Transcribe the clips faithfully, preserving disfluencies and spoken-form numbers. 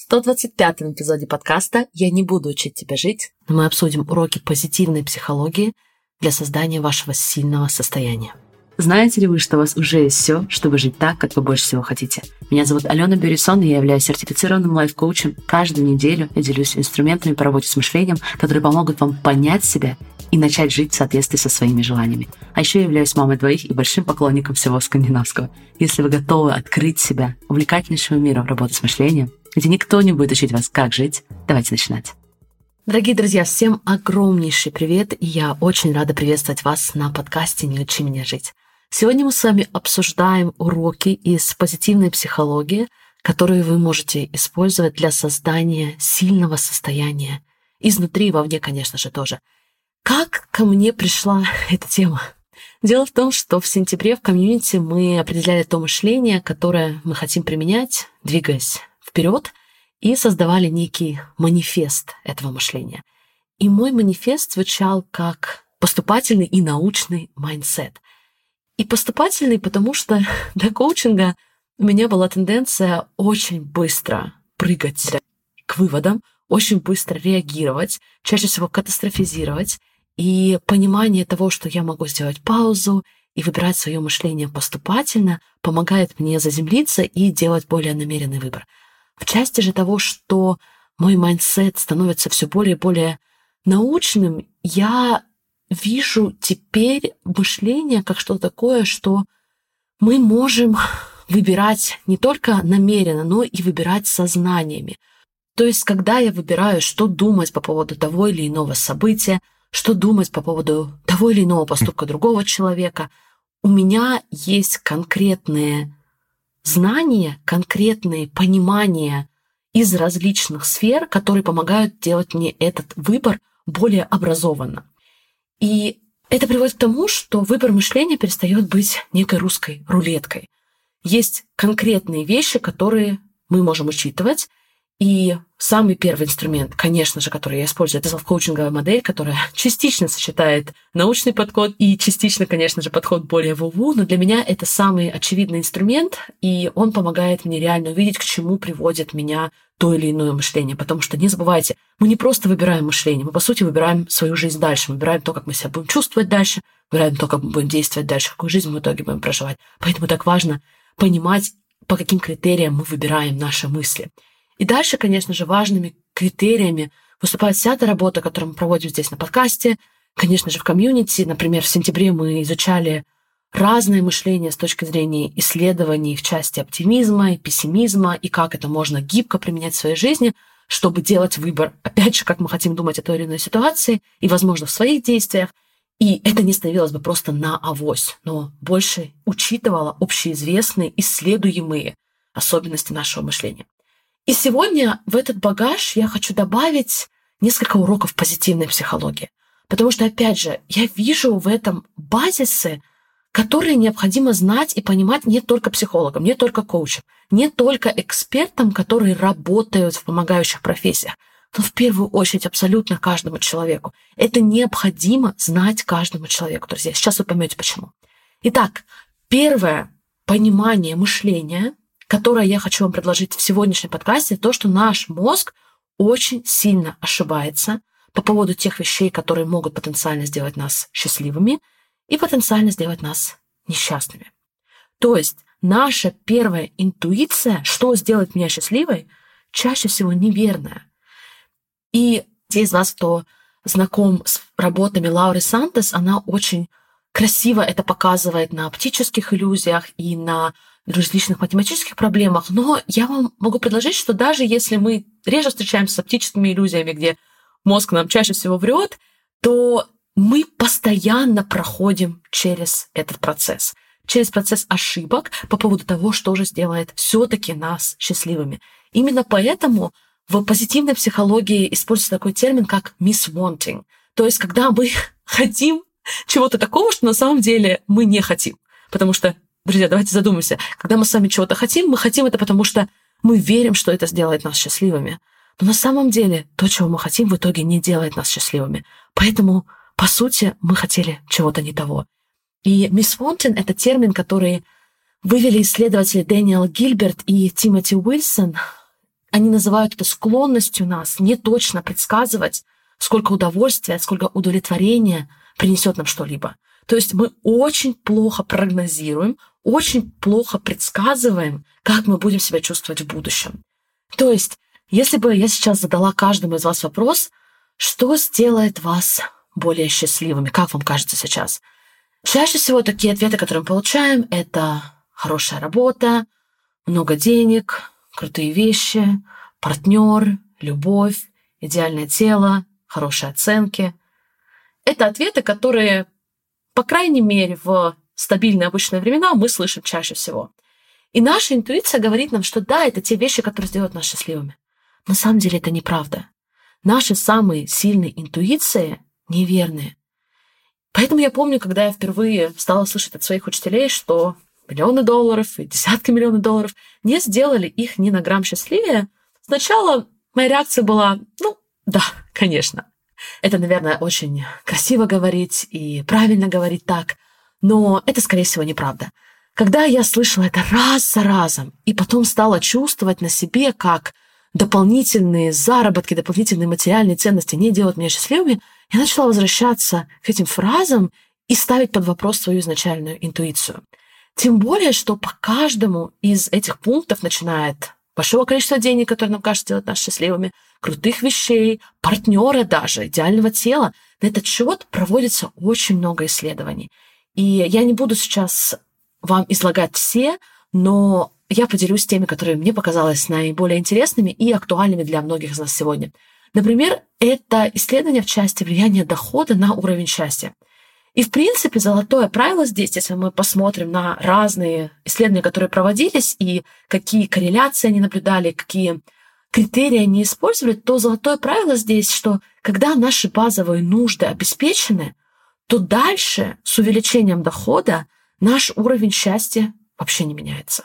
сто двадцать пятом эпизоде подкаста «Я не буду учить тебя жить», но мы обсудим уроки позитивной психологии для создания вашего сильного состояния. Знаете ли вы, что у вас уже есть все, чтобы жить так, как вы больше всего хотите? Меня зовут Алена Бюрисон, и я являюсь сертифицированным лайф-коучем. Каждую неделю я делюсь инструментами по работе с мышлением, которые помогут вам понять себя и начать жить в соответствии со своими желаниями. А еще я являюсь мамой двоих и большим поклонником всего скандинавского. Если вы готовы открыть себя увлекательнейшему миру работы с мышлением, где никто не будет учить вас, как жить, давайте начинать. Дорогие друзья, всем огромнейший привет, и я очень рада приветствовать вас на подкасте «Не учи меня жить». Сегодня мы с вами обсуждаем уроки из позитивной психологии, которые вы можете использовать для создания сильного состояния. Изнутри и вовне, конечно же, тоже. Как ко мне пришла эта тема? Дело в том, что в сентябре в комьюнити мы определяли то мышление, которое мы хотим применять, двигаясь вперед, и создавали некий манифест этого мышления. И мой манифест звучал как поступательный и научный майндсет. И поступательный, потому что до коучинга у меня была тенденция очень быстро прыгать к выводам, очень быстро реагировать, чаще всего катастрофизировать. И понимание того, что я могу сделать паузу и выбирать свое мышление поступательно, помогает мне заземлиться и делать более намеренный выбор. В части же того, что мой майндсет становится все более и более научным, я вижу теперь мышление как что-то такое, что мы можем выбирать не только намеренно, но и выбирать сознаниями. То есть, когда я выбираю, что думать по поводу того или иного события, что думать по поводу того или иного поступка другого человека, у меня есть конкретные знания, конкретные понимания из различных сфер, которые помогают делать мне этот выбор более образованно. И это приводит к тому, что выбор мышления перестает быть некой русской рулеткой. Есть конкретные вещи, которые мы можем учитывать. И самый первый инструмент, конечно же, который я использую, это селф-коучинговая модель, которая частично сочетает научный подход и частично, конечно же, подход более ву-ву, но для меня это самый очевидный инструмент, и он помогает мне реально увидеть, к чему приводит меня то или иное мышление. Потому что, не забывайте, мы не просто выбираем мышление, мы, по сути, выбираем свою жизнь дальше, мы выбираем то, как мы себя будем чувствовать дальше, выбираем то, как мы будем действовать дальше, какую жизнь мы в итоге будем проживать. Поэтому так важно понимать, по каким критериям мы выбираем наши мысли. И дальше, конечно же, важными критериями выступает вся та работа, которую мы проводим здесь на подкасте, конечно же, в комьюнити. Например, в сентябре мы изучали разное мышление с точки зрения исследований в части оптимизма и пессимизма, и как это можно гибко применять в своей жизни, чтобы делать выбор, опять же, как мы хотим думать о той или иной ситуации, и, возможно, в своих действиях. И это не становилось бы просто на авось, но больше учитывало общеизвестные, исследуемые особенности нашего мышления. И сегодня в этот багаж я хочу добавить несколько уроков позитивной психологии. Потому что, опять же, я вижу в этом базисы, которые необходимо знать и понимать не только психологам, не только коучам, не только экспертам, которые работают в помогающих профессиях, но в первую очередь абсолютно каждому человеку. Это необходимо знать каждому человеку, друзья. Сейчас вы поймете, почему. Итак, первое понимание мышления, которое я хочу вам предложить в сегодняшнем подкасте, то, что наш мозг очень сильно ошибается по поводу тех вещей, которые могут потенциально сделать нас счастливыми и потенциально сделать нас несчастными. То есть наша первая интуиция, что сделать меня счастливой, чаще всего неверная. И те из вас, кто знаком с работами Лауры Сантос, она очень красиво это показывает на оптических иллюзиях и на различных математических проблемах, но я вам могу предложить, что даже если мы реже встречаемся с оптическими иллюзиями, где мозг нам чаще всего врет, то мы постоянно проходим через этот процесс, через процесс ошибок по поводу того, что же сделает все-таки нас счастливыми. Именно поэтому в позитивной психологии используется такой термин, как miswanting, то есть когда мы хотим чего-то такого, что на самом деле мы не хотим, потому что друзья, давайте задумаемся. Когда мы с вами чего-то хотим, мы хотим это потому, что мы верим, что это сделает нас счастливыми. Но на самом деле то, чего мы хотим, в итоге не делает нас счастливыми. Поэтому, по сути, мы хотели чего-то не того. И miswanting — это термин, который вывели исследователи Дэниел Гильберт и Тимоти Уилсон. Они называют это склонностью нас не точно предсказывать, сколько удовольствия, сколько удовлетворения принесет нам что-либо. То есть мы очень плохо прогнозируем, очень плохо предсказываем, как мы будем себя чувствовать в будущем. То есть, если бы я сейчас задала каждому из вас вопрос, что сделает вас более счастливыми, как вам кажется сейчас? Чаще всего такие ответы, которые мы получаем, это хорошая работа, много денег, крутые вещи, партнер, любовь, идеальное тело, хорошие оценки. Это ответы, которые, по крайней мере, в стабильные обычные времена мы слышим чаще всего. И наша интуиция говорит нам, что да, это те вещи, которые сделают нас счастливыми. На самом деле это неправда. Наши самые сильные интуиции неверные. Поэтому я помню, когда я впервые стала слышать от своих учителей, что миллионы долларов и десятки миллионов долларов не сделали их ни на грамм счастливее, сначала моя реакция была, ну, да, конечно. Это, наверное, очень красиво говорить и правильно говорить так, но это, скорее всего, неправда. Когда я слышала это раз за разом и потом стала чувствовать на себе, как дополнительные заработки, дополнительные материальные ценности не делают меня счастливыми, я начала возвращаться к этим фразам и ставить под вопрос свою изначальную интуицию. Тем более, что по каждому из этих пунктов, начиная от большого количества денег, которые нам кажется делать нас счастливыми, крутых вещей, партнера даже, идеального тела, на этот счет проводится очень много исследований. И я не буду сейчас вам излагать все, но я поделюсь теми, которые мне показались наиболее интересными и актуальными для многих из нас сегодня. Например, это исследование в части влияния дохода на уровень счастья. И, в принципе, золотое правило здесь, если мы посмотрим на разные исследования, которые проводились, и какие корреляции они наблюдали, какие критерии они использовали, то золотое правило здесь, что когда наши базовые нужды обеспечены, то дальше с увеличением дохода наш уровень счастья вообще не меняется.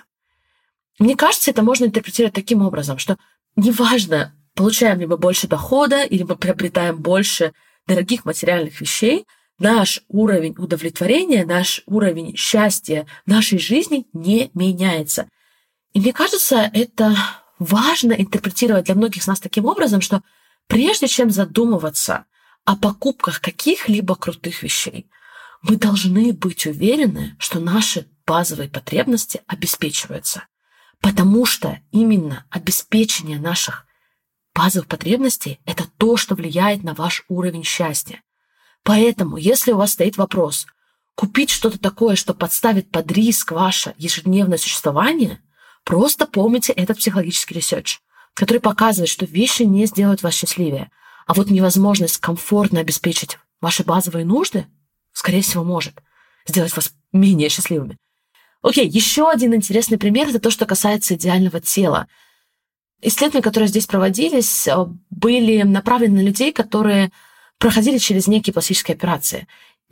Мне кажется, это можно интерпретировать таким образом, что неважно, получаем ли мы больше дохода или мы приобретаем больше дорогих материальных вещей, наш уровень удовлетворения, наш уровень счастья в нашей жизни не меняется. И мне кажется, это важно интерпретировать для многих из нас таким образом, что прежде чем задумываться о покупках каких-либо крутых вещей, мы должны быть уверены, что наши базовые потребности обеспечиваются. Потому что именно обеспечение наших базовых потребностей – это то, что влияет на ваш уровень счастья. Поэтому, если у вас стоит вопрос купить что-то такое, что подставит под риск ваше ежедневное существование, просто помните этот психологический ресерч, который показывает, что вещи не сделают вас счастливее, а вот невозможность комфортно обеспечить ваши базовые нужды, скорее всего, может сделать вас менее счастливыми. Окей, еще один интересный пример – это то, что касается идеального тела. Исследования, которые здесь проводились, были направлены на людей, которые проходили через некие пластические операции.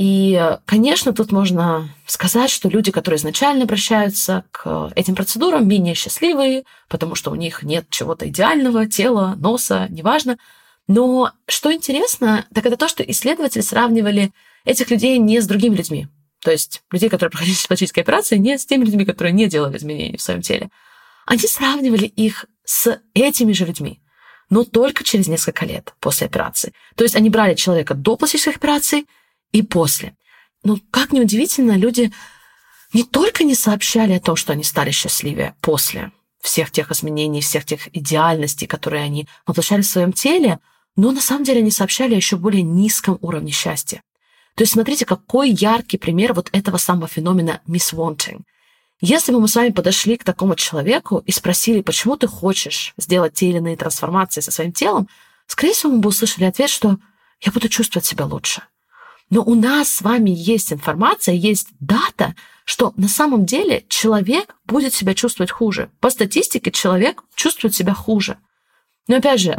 И, конечно, тут можно сказать, что люди, которые изначально обращаются к этим процедурам, менее счастливые, потому что у них нет чего-то идеального, тела, носа, неважно. Но что интересно, так это то, что исследователи сравнивали этих людей не с другими людьми. То есть людей, которые проходили через пластические операции, не с теми людьми, которые не делали изменений в своем теле. Они сравнивали их с этими же людьми, но только через несколько лет после операции. То есть они брали человека до пластических операций и после. Но, как ни удивительно, люди не только не сообщали о том, что они стали счастливее после всех тех изменений, всех тех идеальностей, которые они воплощали в своем теле, но на самом деле они сообщали о еще более низком уровне счастья. То есть смотрите, какой яркий пример вот этого самого феномена miswanting. Если бы мы с вами подошли к такому человеку и спросили, почему ты хочешь сделать те или иные трансформации со своим телом, скорее всего, мы бы услышали ответ, что я буду чувствовать себя лучше. Но у нас с вами есть информация, есть дата, что на самом деле человек будет себя чувствовать хуже. По статистике человек чувствует себя хуже. Но опять же,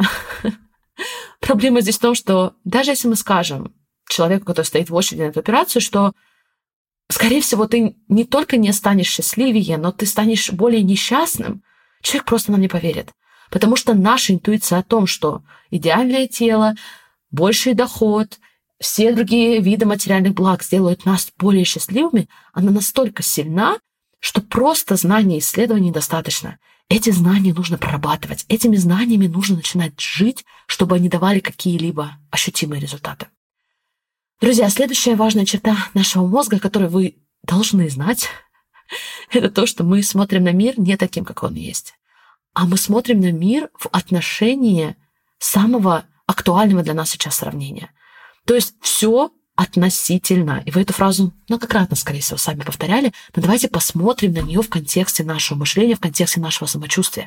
проблема здесь в том, что даже если мы скажем человеку, который стоит в очереди на эту операцию, что, скорее всего, ты не только не станешь счастливее, но ты станешь более несчастным, человек просто нам не поверит. Потому что наша интуиция о том, что идеальное тело, больший доход, все другие виды материальных благ сделают нас более счастливыми, она настолько сильна, что просто знания и исследований недостаточно. Эти знания нужно прорабатывать, этими знаниями нужно начинать жить, чтобы они давали какие-либо ощутимые результаты. Друзья, следующая важная черта нашего мозга, которую вы должны знать, это то, что мы смотрим на мир не таким, как он есть, а мы смотрим на мир в отношении самого актуального для нас сейчас сравнения. То есть все относительно. И вы эту фразу многократно, скорее всего, сами повторяли, но давайте посмотрим на нее в контексте нашего мышления, в контексте нашего самочувствия.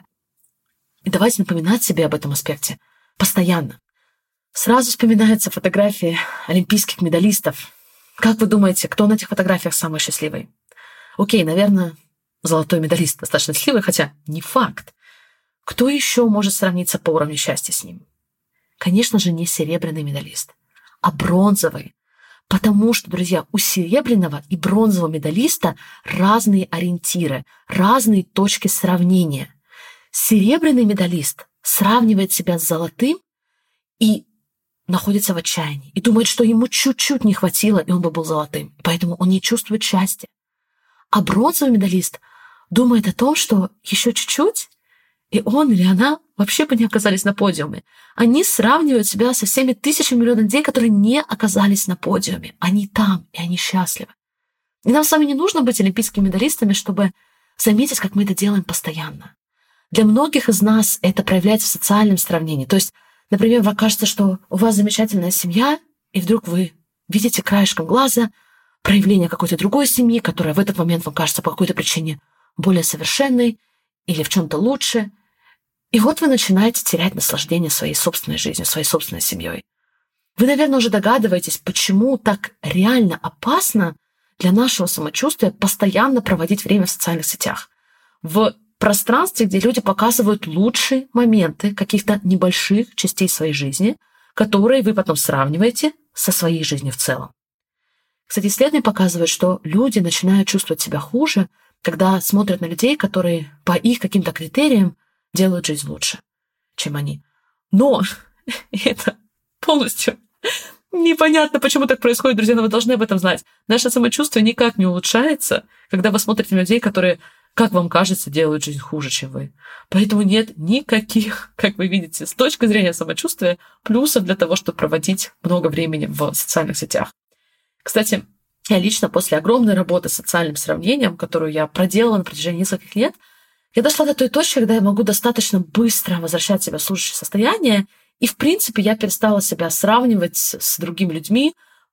И давайте напоминать себе об этом аспекте постоянно. Сразу вспоминаются фотографии олимпийских медалистов. Как вы думаете, кто на этих фотографиях самый счастливый? Окей, наверное, золотой медалист достаточно счастливый, хотя не факт. Кто еще может сравниться по уровню счастья с ним? Конечно же, не серебряный медалист, а бронзовый. Потому что, друзья, у серебряного и бронзового медалиста разные ориентиры, разные точки сравнения. Серебряный медалист сравнивает себя с золотым и находится в отчаянии, и думает, что ему чуть-чуть не хватило, и он бы был золотым. Поэтому он не чувствует счастья. А бронзовый медалист думает о том, что еще чуть-чуть, и он или она вообще бы не оказались на подиуме. Они сравнивают себя со всеми тысячами миллионов людей, которые не оказались на подиуме. Они там, и они счастливы. И нам с вами не нужно быть олимпийскими медалистами, чтобы заметить, как мы это делаем постоянно. Для многих из нас это проявляется в социальном сравнении. То есть, например, вам кажется, что у вас замечательная семья, и вдруг вы видите краешком глаза проявление какой-то другой семьи, которая в этот момент вам кажется по какой-то причине более совершенной или в чем-то лучше. И вот вы начинаете терять наслаждение своей собственной жизнью, своей собственной семьей. Вы, наверное, уже догадываетесь, почему так реально опасно для нашего самочувствия постоянно проводить время в социальных сетях. В пространстве, где люди показывают лучшие моменты каких-то небольших частей своей жизни, которые вы потом сравниваете со своей жизнью в целом. Кстати, исследования показывают, что люди начинают чувствовать себя хуже, когда смотрят на людей, которые по их каким-то критериям делают жизнь лучше, чем они. Но это полностью непонятно, почему так происходит, друзья, но вы должны об этом знать. Наше самочувствие никак не улучшается, когда вы смотрите на людей, которые, как вам кажется, делают жизнь хуже, чем вы. Поэтому нет никаких, как вы видите, с точки зрения самочувствия, плюсов для того, чтобы проводить много времени в социальных сетях. Кстати, я лично после огромной работы с социальным сравнением, которую я проделала на протяжении нескольких лет, я дошла до той точки, когда я могу достаточно быстро возвращать себя в служащее состояние, и, в принципе, я перестала себя сравнивать с другими людьми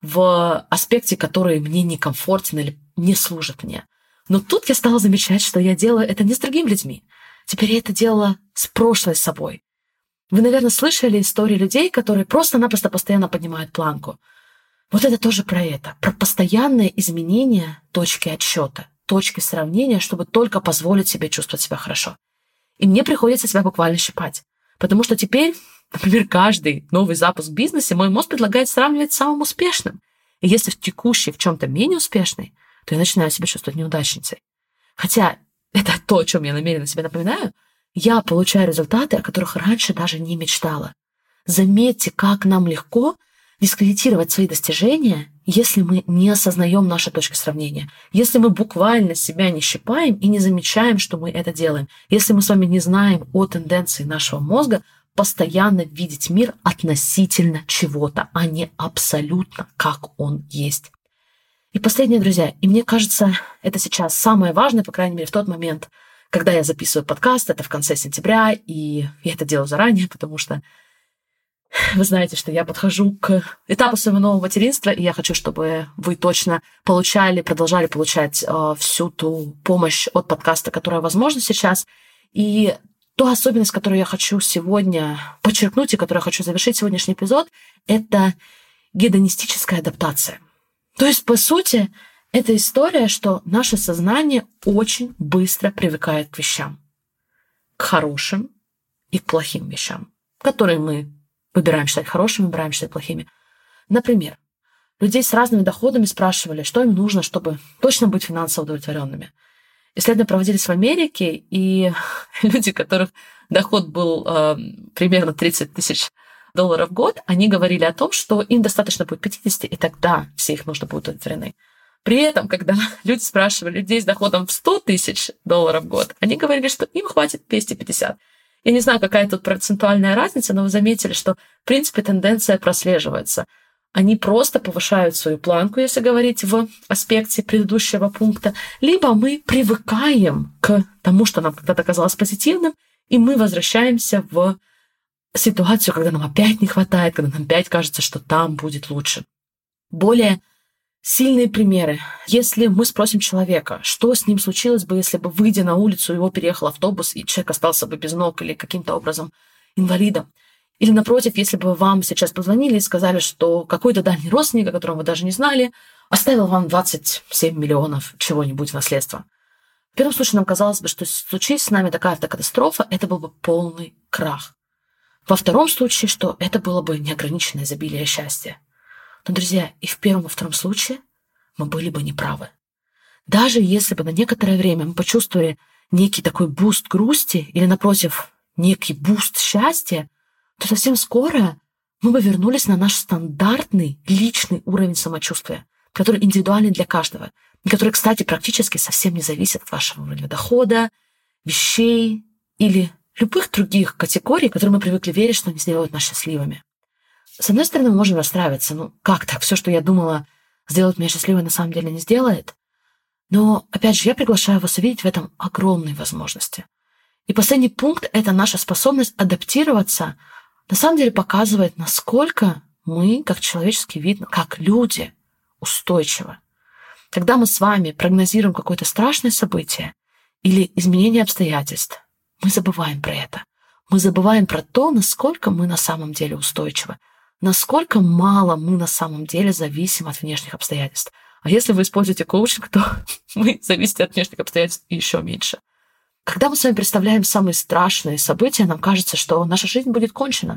в аспекте, который мне некомфортен или не служит мне. Но тут я стала замечать, что я делаю это не с другими людьми. Теперь я это делала с прошлой собой. Вы, наверное, слышали истории людей, которые просто-напросто постоянно поднимают планку. Вот это тоже про это, про постоянное изменение точки отсчета, точки сравнения, чтобы только позволить себе чувствовать себя хорошо. И мне приходится себя буквально щипать, потому что теперь, например, каждый новый запуск в бизнесе мой мозг предлагает сравнивать с самым успешным. И если в текущий в чем-то менее успешный, то я начинаю себя чувствовать неудачницей. Хотя это то, о чем я намеренно себе напоминаю, я получаю результаты, о которых раньше даже не мечтала. Заметьте, как нам легко дискредитировать свои достижения, если мы не осознаем наши точки сравнения, если мы буквально себя не щипаем и не замечаем, что мы это делаем, если мы с вами не знаем о тенденции нашего мозга постоянно видеть мир относительно чего-то, а не абсолютно, как он есть. И последнее, друзья, и мне кажется, это сейчас самое важное, по крайней мере, в тот момент, когда я записываю подкаст, это в конце сентября, и я это делаю заранее, потому что вы знаете, что я подхожу к этапу своего нового материнства, и я хочу, чтобы вы точно получали, продолжали получать э, всю ту помощь от подкаста, которая возможна сейчас. И ту особенность, которую я хочу сегодня подчеркнуть и которую я хочу завершить сегодняшний эпизод, это гедонистическая адаптация. То есть, по сути, это история, что наше сознание очень быстро привыкает к вещам. К хорошим и к плохим вещам, которые мы выбираем считать хорошими, выбираем считать плохими. Например, людей с разными доходами спрашивали, что им нужно, чтобы точно быть финансово удовлетворенными. Исследования проводились в Америке, и люди, у которых доход был э, примерно тридцать тысяч долларов в год, они говорили о том, что им достаточно будет пятьдесят, и тогда все их нужды будут удовлетворены. При этом, когда люди спрашивали людей с доходом в сто тысяч долларов в год, они говорили, что им хватит двести пятьдесят. Я не знаю, какая тут процентуальная разница, но вы заметили, что, в принципе, тенденция прослеживается. Они просто повышают свою планку, если говорить в аспекте предыдущего пункта, либо мы привыкаем к тому, что нам когда-то казалось позитивным, и мы возвращаемся в ситуацию, когда нам опять не хватает, когда нам опять кажется, что там будет лучше. Более сильные примеры. Если мы спросим человека, что с ним случилось бы, если бы, выйдя на улицу, его переехал автобус, и человек остался бы без ног или каким-то образом инвалидом. Или, напротив, если бы вам сейчас позвонили и сказали, что какой-то дальний родственник, о котором вы даже не знали, оставил вам двадцать семь миллионов чего-нибудь в наследство. В первом случае нам казалось бы, что случись с нами такая автокатастрофа, это был бы полный крах. Во втором случае, что это было бы неограниченное изобилие счастья. Но, друзья, и в первом, и во втором случае мы были бы неправы. Даже если бы на некоторое время мы почувствовали некий такой буст грусти или, напротив, некий буст счастья, то совсем скоро мы бы вернулись на наш стандартный личный уровень самочувствия, который индивидуальный для каждого, и который, кстати, практически совсем не зависит от вашего уровня дохода, вещей или любых других категорий, которые мы привыкли верить, что они сделают нас счастливыми. С одной стороны, мы можем расстраиваться. Ну, как так? Все, что я думала, сделать меня счастливой, на самом деле не сделает. Но, опять же, я приглашаю вас увидеть в этом огромные возможности. И последний пункт — это наша способность адаптироваться, на самом деле показывает, насколько мы, как человеческий вид, как люди, устойчивы. Когда мы с вами прогнозируем какое-то страшное событие или изменение обстоятельств, мы забываем про это. Мы забываем про то, насколько мы на самом деле устойчивы, насколько мало мы на самом деле зависим от внешних обстоятельств. А если вы используете коучинг, то вы зависите от внешних обстоятельств еще меньше. Когда мы с вами представляем самые страшные события, нам кажется, что наша жизнь будет кончена.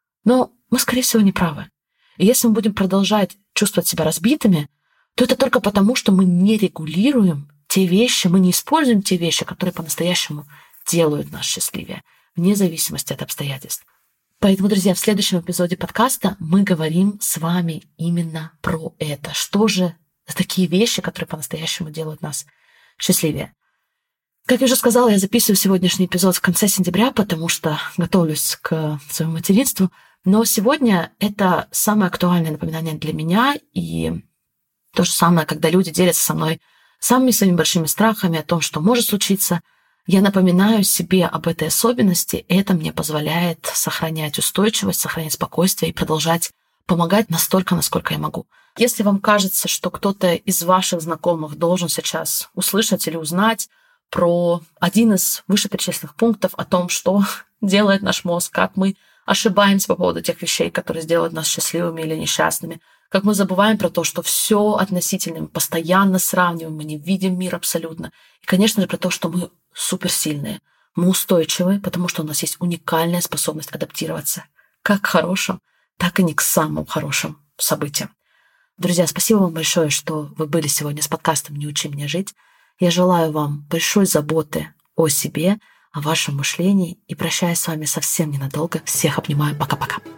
Но мы, скорее всего, не правы. И если мы будем продолжать чувствовать себя разбитыми, то это только потому, что мы не регулируем те вещи, мы не используем те вещи, которые по-настоящему делают нас счастливее, вне зависимости от обстоятельств. Поэтому, друзья, в следующем эпизоде подкаста мы говорим с вами именно про это. Что же за такие вещи, которые по-настоящему делают нас счастливее? Как я уже сказала, я записываю сегодняшний эпизод в конце сентября, потому что готовлюсь к своему материнству. Но сегодня это самое актуальное напоминание для меня. И то же самое, когда люди делятся со мной самыми своими большими страхами о том, что может случиться, я напоминаю себе об этой особенности, и это мне позволяет сохранять устойчивость, сохранять спокойствие и продолжать помогать настолько, насколько я могу. Если вам кажется, что кто-то из ваших знакомых должен сейчас услышать или узнать про один из вышеперечисленных пунктов о том, что делает наш мозг, как мы ошибаемся по поводу тех вещей, которые сделают нас счастливыми или несчастными, как мы забываем про то, что все относительно, мы постоянно сравниваем, мы не видим мир абсолютно. И, конечно же, про то, что мы суперсильные, мы устойчивые, потому что у нас есть уникальная способность адаптироваться как к хорошим, так и не к самым хорошим событиям. Друзья, спасибо вам большое, что вы были сегодня с подкастом «Не учи меня жить». Я желаю вам большой заботы о себе, о вашем мышлении и прощаюсь с вами совсем ненадолго. Всех обнимаю. Пока-пока.